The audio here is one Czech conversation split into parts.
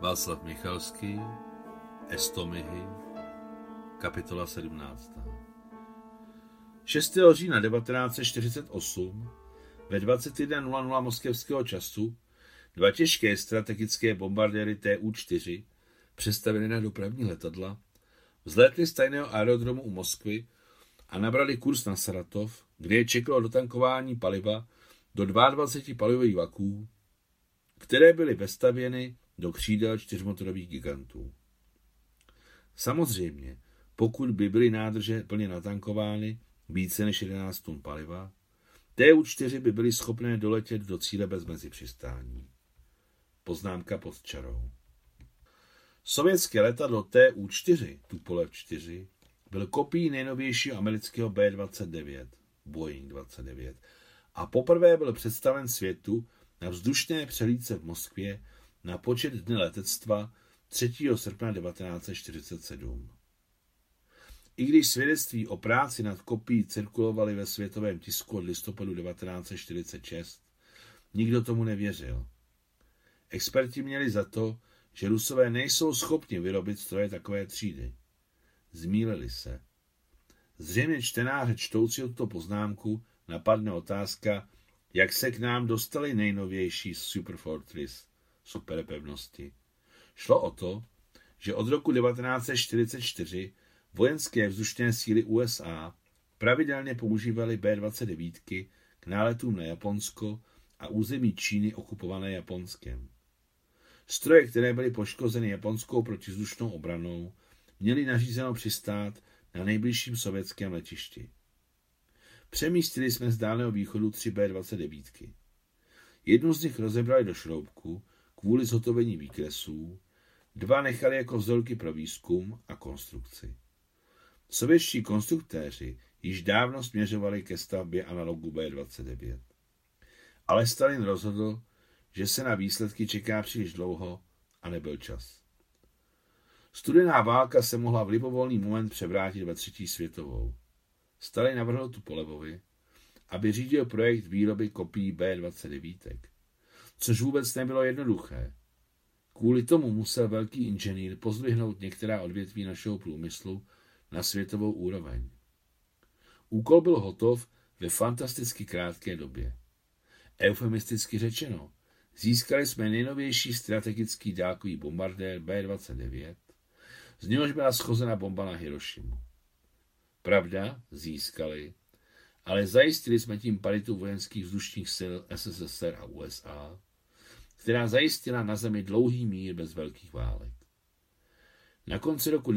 Václav Michalský, Estomihy, kapitola 17. 6. října 1948 ve 21:00 moskevského času dva těžké strategické bombardéry Tu-4, přestavené na dopravní letadla, vzlétly z tajného aerodromu u Moskvy a nabrali kurz na Saratov, kde je čekalo dotankování paliva do 22 palivových vaků, které byly vestavěny do křídel čtyřmotorových gigantů. Samozřejmě, pokud by byly nádrže plně natankovány více než 11 tun paliva, Tu-4 by byly schopné doletět do cíle bez mezipřistání. Poznámka pod čarou. Sovětské letadlo Tu-4, Tupolev 4, byl kopií nejnovějšího amerického B-29, Boeing 29, a poprvé byl představen světu na vzdušné přehlídce v Moskvě na počet dne letectva 3. srpna 1947. I když svědectví o práci nad kopií cirkulovaly ve světovém tisku od listopadu 1946, nikdo tomu nevěřil. Experti měli za to, že Rusové nejsou schopni vyrobit stroje takové třídy. Zmýlili se. Zřejmě čtenáře čtoucí tuto poznámku napadne otázka, jak se k nám dostaly nejnovější Superfortress, superpevnosti. Šlo o to, že od roku 1944 vojenské vzdušné síly USA pravidelně používaly B-29 k náletům na Japonsko a území Číny okupované Japonskem. Stroje, které byly poškozeny japonskou protivzdušnou obranou, měly nařízeno přistát na nejbližším sovětském letišti. Přemístili jsme z Dálného východu 3 B-29. Jednu z nich rozebrali do šroubku kvůli zhotovení výkresů, 2 nechali jako vzorky pro výzkum a konstrukci. Sovětští konstruktéři již dávno směřovali ke stavbě analogu B-29. Ale Stalin rozhodl, že se na výsledky čeká příliš dlouho a nebyl čas. Studená válka se mohla v libovolný moment převrátit ve 3. světovou. Stalin navrhl Tupolevovi, aby řídil projekt výroby kopií B-29, což vůbec nebylo jednoduché. Kvůli tomu musel velký inženýr pozdvihnout některá odvětví našeho průmyslu na světovou úroveň. Úkol byl hotov ve fantasticky krátké době. Eufemisticky řečeno, získali jsme nejnovější strategický dálkový bombardér B-29, z něhož byla schozena bomba na Hirošimu. Pravda, získali, ale zajistili jsme tím paritu vojenských vzdušních sil SSSR a USA, která zajistila na zemi dlouhý mír bez velkých válek. Na konci roku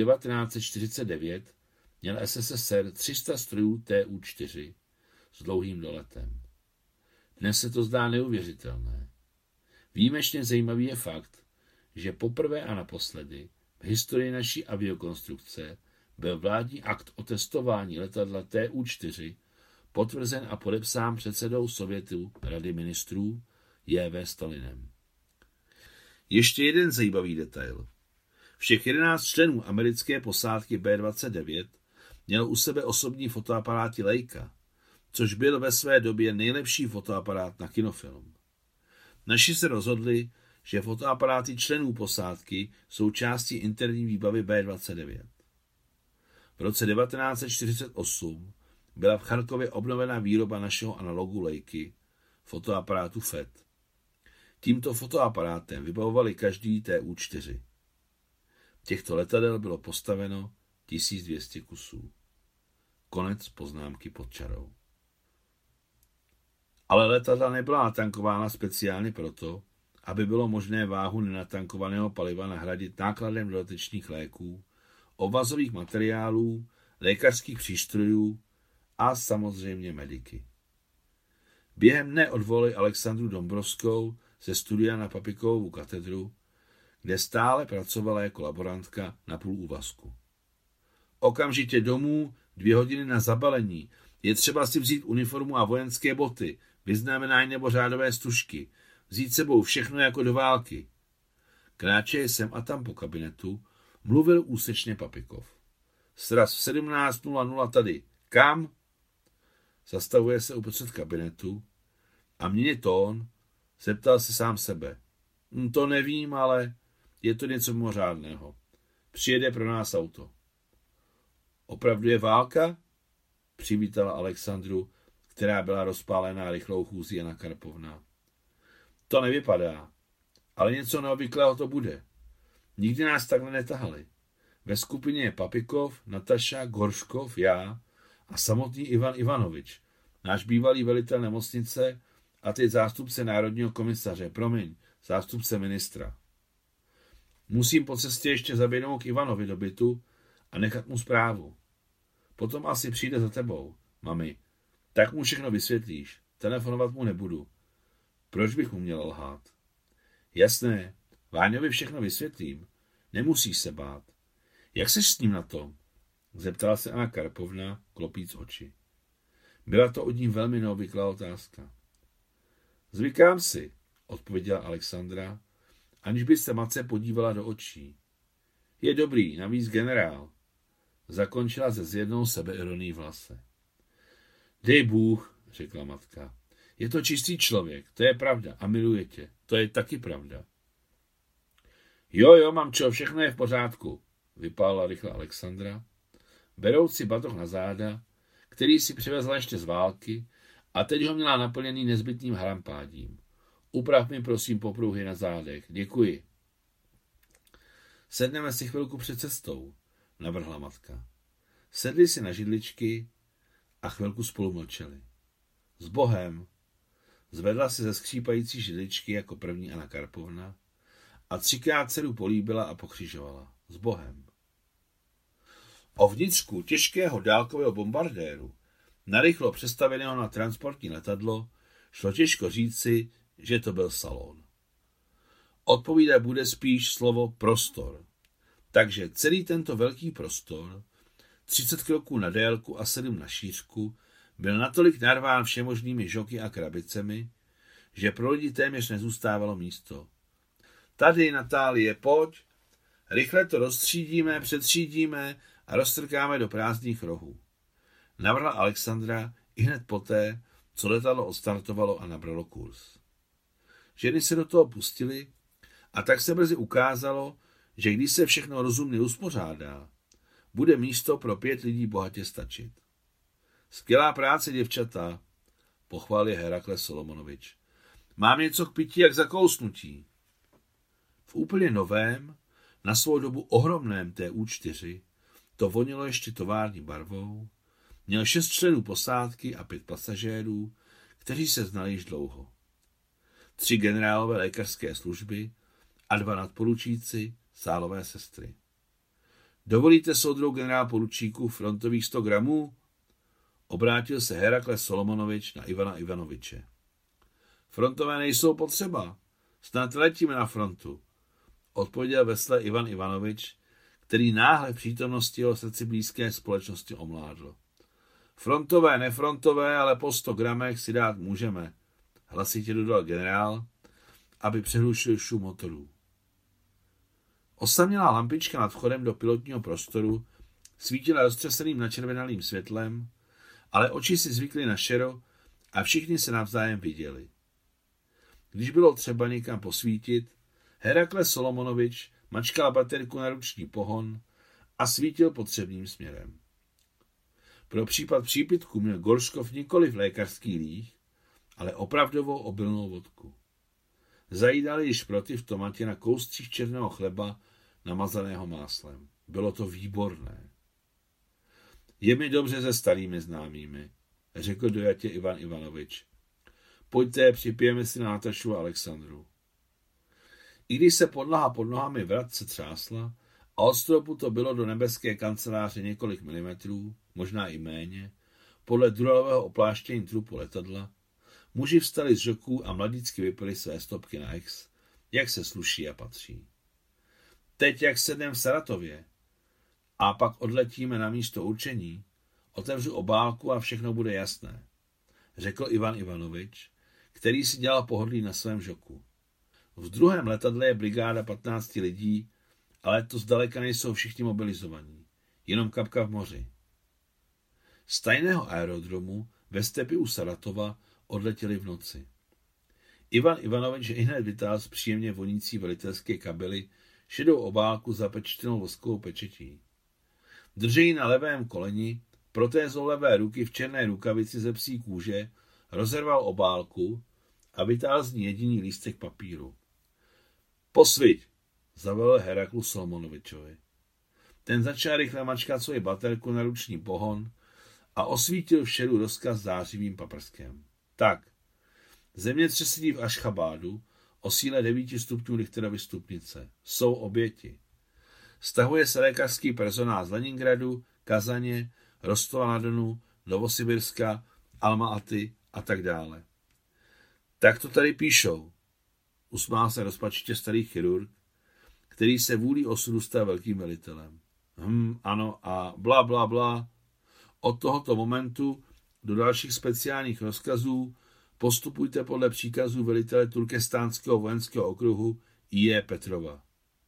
1949 měl SSSR 300 strojů Tu-4 s dlouhým doletem. Dnes se to zdá neuvěřitelné. Výjimečně zajímavý je fakt, že poprvé a naposledy v historii naší aviokonstrukce byl vládní akt o testování letadla Tu-4 potvrzen a podepsán předsedou Sovětu Rady ministrů J.V. Stalinem. Ještě jeden zajímavý detail. Všech 11 členů americké posádky B-29 měl u sebe osobní fotoaparáty Leica, což byl ve své době nejlepší fotoaparát na kinofilm. Naši se rozhodli, že fotoaparáty členů posádky jsou částí interní výbavy B-29. V roce 1948 byla v Charkově obnovena výroba našeho analogu Leicy, fotoaparátu FET. Tímto fotoaparátem vybavovali každý Tu-4. Těchto letadel bylo postaveno 1200 kusů. Konec poznámky pod čarou. Ale letadla nebyla natankována speciálně proto, aby bylo možné váhu nenatankovaného paliva nahradit nákladem dodatečných léků, obvazových materiálů, lékařských přístrojů a samozřejmě mediky. Během dne odvolali Alexandru Dombrovskou ze studia na Papikovou katedru, kde stále pracovala jako laborantka na půl úvazku. Okamžitě domů, 2 hodiny na zabalení, je třeba si vzít uniformu a vojenské boty, vyznamenání nebo řádové stužky, vzít sebou všechno jako do války. Kráčeje sem a tam po kabinetu, mluvil úsečně Papikov. Sraz v 17:00 tady. Kam? Zastavuje se uprostřed kabinetu a mění tón, zeptal se sám sebe. To nevím, ale Je to něco mimořádného. Přijede pro nás auto. Opravdu je válka? Přivítala Alexandru, která byla rozpálená rychlou chůzí Jana Karpovna. To nevypadá, ale něco neobvyklého to bude. Nikdy nás takhle netahali. Ve skupině je Papikov, Nataša, Gorškov, já a samotný Ivan Ivanovič, náš bývalý velitel nemocnice a teď zástupce národního komisaře, zástupce ministra. Musím po cestě ještě zaběhnout k Ivanovi do bytu a nechat mu zprávu. Potom asi přijde za tebou, mami. Tak mu všechno vysvětlíš. Telefonovat mu nebudu. Proč bych mu měl lhát? Jasné, Váňovi všechno vysvětlím. Nemusíš se bát. Jak seš s ním na tom? Zeptala se Anna Karpovna, klopíc oči. Byla to od ní velmi neobvyklá otázka. Zvykám si, odpověděla Alexandra, aniž by se matce podívala do očí. Je dobrý, navíc generál. Zakončila se s jednou sebeironií v hlase. Dej Bůh, řekla matka. Je to čistý člověk, to je pravda a miluje tě, to je taky pravda. Jo, mamčo, všechno je v pořádku, vypálila rychle Alexandra, berouci batoh na záda, který si přivezla ještě z války a teď ho měla naplněný nezbytným hrampádím. Uprav mi prosím popruhy na zádech, děkuji. Sedneme si chvilku před cestou, navrhla matka. Sedli si na židličky a chvilku spolu mlčeli. S Bohem, zvedla se ze skřípající židličky jako první Anna Karpovna a 3krát dceru políbila a pokřižovala. S Bohem. O vnitřku těžkého dálkového bombardéru, narychlo přestaveného na transportní letadlo, šlo těžko říci, že to byl salon. Odpovídat bude spíš slovo prostor. Takže celý tento velký prostor, 30 kroků na délku a 7 na šířku, byl natolik narván všemožnými žoky a krabicemi, že pro lidi téměř nezůstávalo místo. Tady, Natálie, pojď, rychle to rozstřídíme, přetřídíme a roztrkáme do prázdných rohů. Navrhla Alexandra i hned poté, co letadlo odstartovalo a nabralo kurz. Ženy se do toho pustily a tak se brzy ukázalo, že když se všechno rozumně uspořádá, bude místo pro 5 lidí bohatě stačit. Skvělá práce, děvčata, pochválil Herakles Solomonovič. Mám něco k pití jak zakousnutí. V úplně novém, na svou dobu ohromném TU-4, to vonilo ještě tovární barvou, měl 6 členů posádky a 5 pasažérů, kteří se znali již dlouho. 3 generálové lékařské služby a 2 nadporučíci, sálové sestry. Dovolíte soudrou generál poručíku frontových 100 gramů? Obrátil se Herakles Solomonovič na Ivana Ivanoviče. Frontové nejsou potřeba, snad letíme na frontu, odpověděl vesle Ivan Ivanovič, který náhle v přítomnosti jeho srdci blízké společnosti omládl. Frontové, nefrontové, ale po 100 gramech si dát můžeme, hlasitě dodal generál, aby přehlušil šum motorů. Osamělá lampička nad vchodem do pilotního prostoru svítila roztřeseným načervenalým světlem, ale oči si zvykly na šero a všichni se navzájem viděli. Když bylo třeba někam posvítit, Herakles Solomonovič mačkal baterku na ruční pohon a svítil potřebným směrem. Pro případ přípitku měl Gorškov nikoliv lékařský líh, ale opravdovou obilnou vodku. Zajídali již proty v tomatě na kouscích černého chleba namazaného máslem. Bylo to výborné. Je mi dobře se starými známými, řekl dojatě Ivan Ivanovič. Pojďte, připijeme si na Natašu a Alexandru. I když se podlaha pod nohami vratce třásla a od stropu to bylo do nebeské kanceláře několik milimetrů, možná i méně, podle druhového opláštění trupu letadla, muži vstali z žoků a mladicky vypili své stopky na ex, jak se sluší a patří. Teď, jak sedneme v Saratově a pak odletíme na místo určení, otevřu obálku a všechno bude jasné, řekl Ivan Ivanovič, který si dělal pohodlí na svém žoku. V druhém letadle je brigáda 15 lidí, ale to zdaleka nejsou všichni mobilizovaní, jenom kapka v moři. Z tajného aerodromu ve stepi u Saratova odletěli v noci. Ivan Ivanovič ihned vytáhl z příjemně vonící velitelské kabely šedou obálku zapečtenou voskovou pečetí. Drží na levém koleni, protézou levé ruky v černé rukavici ze psí kůže, rozerval obálku a vytáhl z ní jediný lístek papíru. Posviť, zavelel Heraklu Solomonovičovi. Ten začal rychle mačkat svoji baterku na ruční pohon a osvítil v šeru rozkaz zářivým paprskem. Tak, zemětřesení v Ašchabádu o síle 9 stupňů Richterovy stupnice. Jsou oběti. Stahuje se lékařský personál z Leningradu, Kazaně, Rostova na Donu, Novosibirska, Alma-Aty a tak dále. Tak to tady píšou, usmál se rozpačitě starý chirurg, který se vůlí osudu stal velkým velitelem. Ano a bla, bla, bla. Od tohoto momentu do dalších speciálních rozkazů postupujte podle příkazů velitele Turkestánského vojenského okruhu I.E. Petrova.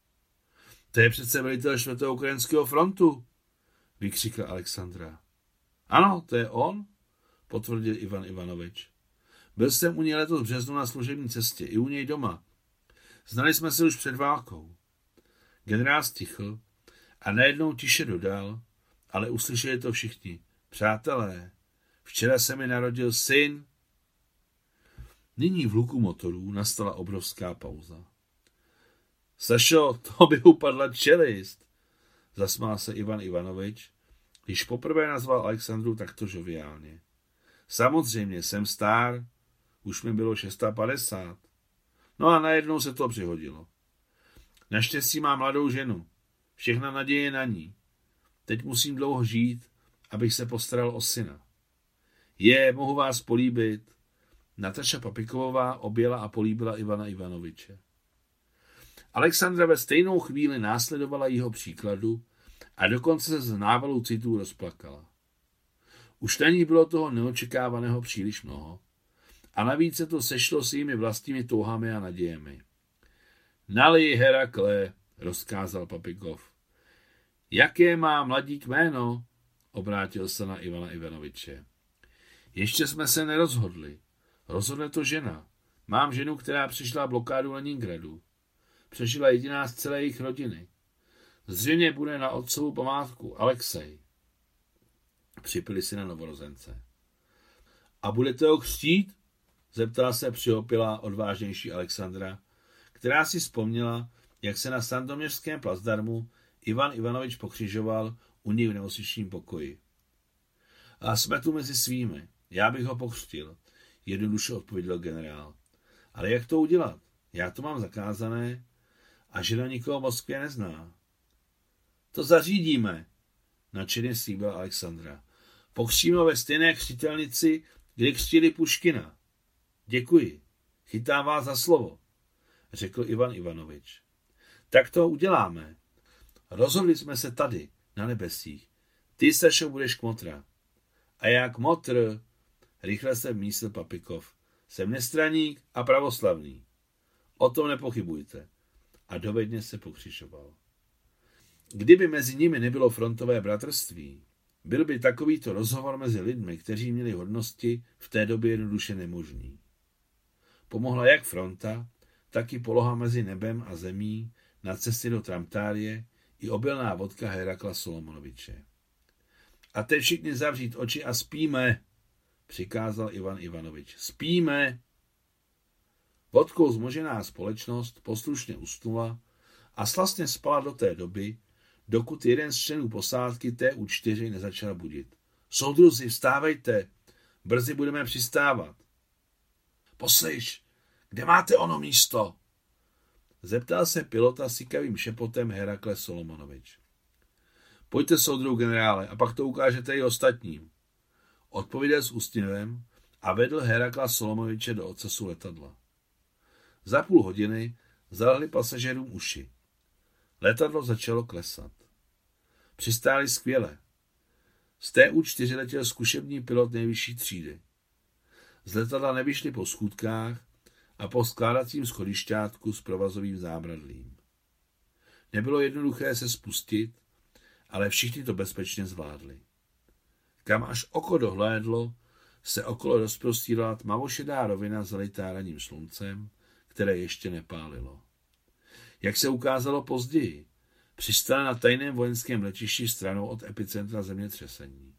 To je přece velitel 4. ukrajinského frontu, vykřikla Alexandra. Ano, to je on, potvrdil Ivan Ivanovič. Byl jsem u něj letos v březnu na služební cestě, i u něj doma. Znali jsme se už před válkou. Generál stichl a najednou tiše dodal, ale uslyšeli to všichni. Přátelé, včera se mi narodil syn. Nyní v hluku motorů nastala obrovská pauza. Sašo, to by upadla čelist, zasmál se Ivan Ivanovič, když poprvé nazval Alexandru takto žoviálně. Samozřejmě, jsem star, už mi bylo 650. No a najednou se to přihodilo. Naštěstí mám mladou ženu, všechna naděje na ní. Teď musím dlouho žít, abych se postaral o syna. Mohu vás políbit. Nataša Papikovová objela a políbila Ivana Ivanoviče. Alexandra ve stejnou chvíli následovala jeho příkladu a dokonce se z návalu citů rozplakala. Už na ní bylo toho neočekávaného příliš mnoho a navíc se to sešlo s jejími vlastními touhami a nadějemi. Nalij, Herakle, rozkázal Papikov. Jaké má mladík jméno? Obrátil se na Ivana Ivanoviče. Ještě jsme se nerozhodli. Rozhodne to žena. Mám ženu, která přešla blokádu Leningradu. Přežila jediná z celé jejich rodiny. Zřejmě bude na otcovu památku Alexej. Připili si na novorozence. A budete ho křtít? Zeptala se přiopilá odvážnější Alexandra, která si vzpomněla, jak se na Sandoměřském plazdarmu Ivan Ivanovič pokřižoval u něj v nemocničním pokoji. A jsme tu mezi svými. Já bych ho pokřtil, jednoduše odpověděl generál. Ale jak to udělat? Já to mám zakázané a žena nikoho v Moskvě nezná. To zařídíme, nadšeně slíbila Alexandra. Pokřtíme ve stejné křtitelnici, kde křtili Puškina. Děkuji, chytám vás za slovo, řekl Ivan Ivanovič. Tak to uděláme. Rozhodli jsme se tady, na nebesích. Ty, Sašo, budeš kmotra. A já kmotr, rychle se vmísl Papikov. Jsem nestraník a pravoslavný. O tom nepochybujte. A dovedně se pokřižoval. Kdyby mezi nimi nebylo frontové bratrství, byl by takovýto rozhovor mezi lidmi, kteří měli hodnosti, v té době jednoduše nemožný. Pomohla jak fronta, tak i poloha mezi nebem a zemí, na cestě do Tramtárie i obilná vodka Herakla Solomonoviče. A teď všichni zavřít oči a spíme, přikázal Ivan Ivanovič. Spíme! Vodkou zmožená společnost poslušně usnula a slastně spala do té doby, dokud jeden z členů posádky TU-4 nezačal budit. Soudruzi, vstávejte, brzy budeme přistávat. Poslyš, kde máte ono místo? Zeptal se pilota sykavým šepotem Herakle Solomonovič. Pojďte, soudruhu generále, a pak to ukážete i ostatním. Odpověděl s úsměvem a vedl Herakla Solomonoviče do ocasu letadla. Za půl hodiny zalehli pasažérům uši. Letadlo začalo klesat. Přistáli skvěle. Z TU-4 letěl zkušební pilot nejvyšší třídy. Z letadla nevyšli po schůdkách a po skládacím schodišťátku s provazovým zábradlím. Nebylo jednoduché se spustit, ale všichni to bezpečně zvládli. Kam až oko dohlédlo, se okolo rozprostírala tmavošedá rovina zalitá ranním sluncem, které ještě nepálilo. Jak se ukázalo později, přistál na tajném vojenském letišti stranou od epicentra zemětřesení.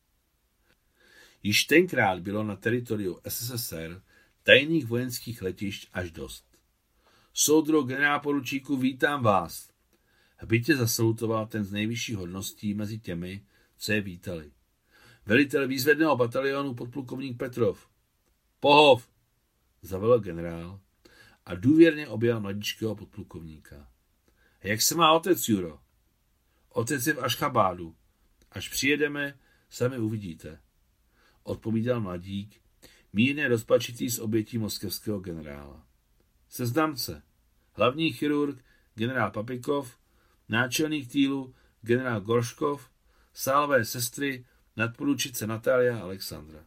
Již tenkrát bylo na teritoriu SSSR tajných vojenských letišť až dost. Soudro generálporučíku, vítám vás. Hbitě zasalutoval ten z nejvyšší hodností mezi těmi, co je vítali. Velitel výzvedného batalionu podplukovník Petrov. Pohov, zavelel generál a důvěrně objal mladíčkého podplukovníka. Jak se má otec, Juro? Otec je v Ašchabádu. Až přijedeme, sami uvidíte, odpovídal mladík, mírně rozpačitý z obětí moskevského generála. Seznamce. Hlavní chirurg generál Papikov, náčelník týlu generál Gorškov, sálové sestry nadporučice Natália a Alexandra.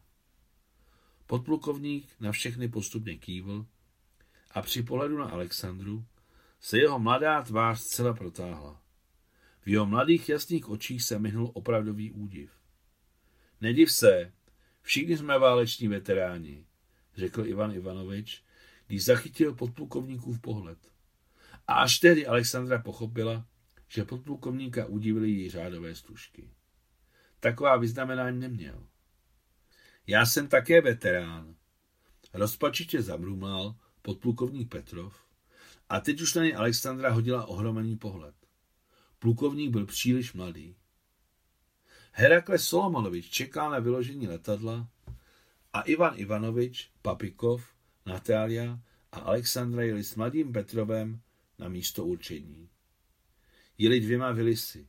Podplukovník na všechny postupně kývl a při pohledu na Alexandru se jeho mladá tvář zcela protáhla. V jeho mladých jasných očích se myhnul opravdový údiv. Nediv se, všichni jsme váleční veteráni, řekl Ivan Ivanovič, když zachytil podplukovníkův pohled. A až tehdy Alexandra pochopila, že podplukovníka udivily její řádové stužky. Taková vyznamenání neměl. Já jsem také veterán. Rozpačitě zamrumlal podplukovník Petrov a teď už na něj Alexandra hodila ohromený pohled. Plukovník byl příliš mladý. Herakles Solomanovič čekal na vyložení letadla a Ivan Ivanovič, Papikov, Natália a Alexandra jeli s mladým Petrovem na místo určení. Jeli 2 Vilisy.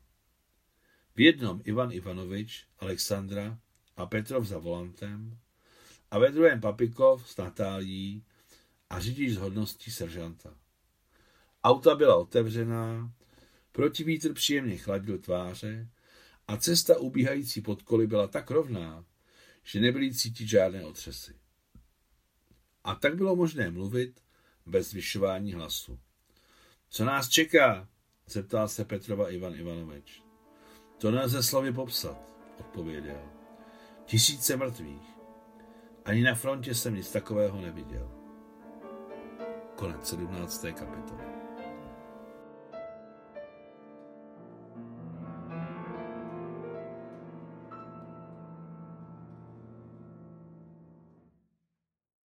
V jednom Ivan Ivanovič, Alexandra a Petrov za volantem a ve druhém Papikov s Natálií a řidič s hodností seržanta. Auta byla otevřená, protivítr příjemně chladil tváře a cesta ubíhající pod koly byla tak rovná, že nebyly cítit žádné otřesy. A tak bylo možné mluvit bez zvyšování hlasu. Co nás čeká? Zeptal se Petrova Ivan Ivanovič. To nelze slovy popsat, odpověděl. 1000 mrtvých. Ani na frontě jsem nic takového neviděl. Konec 17. kapitoly.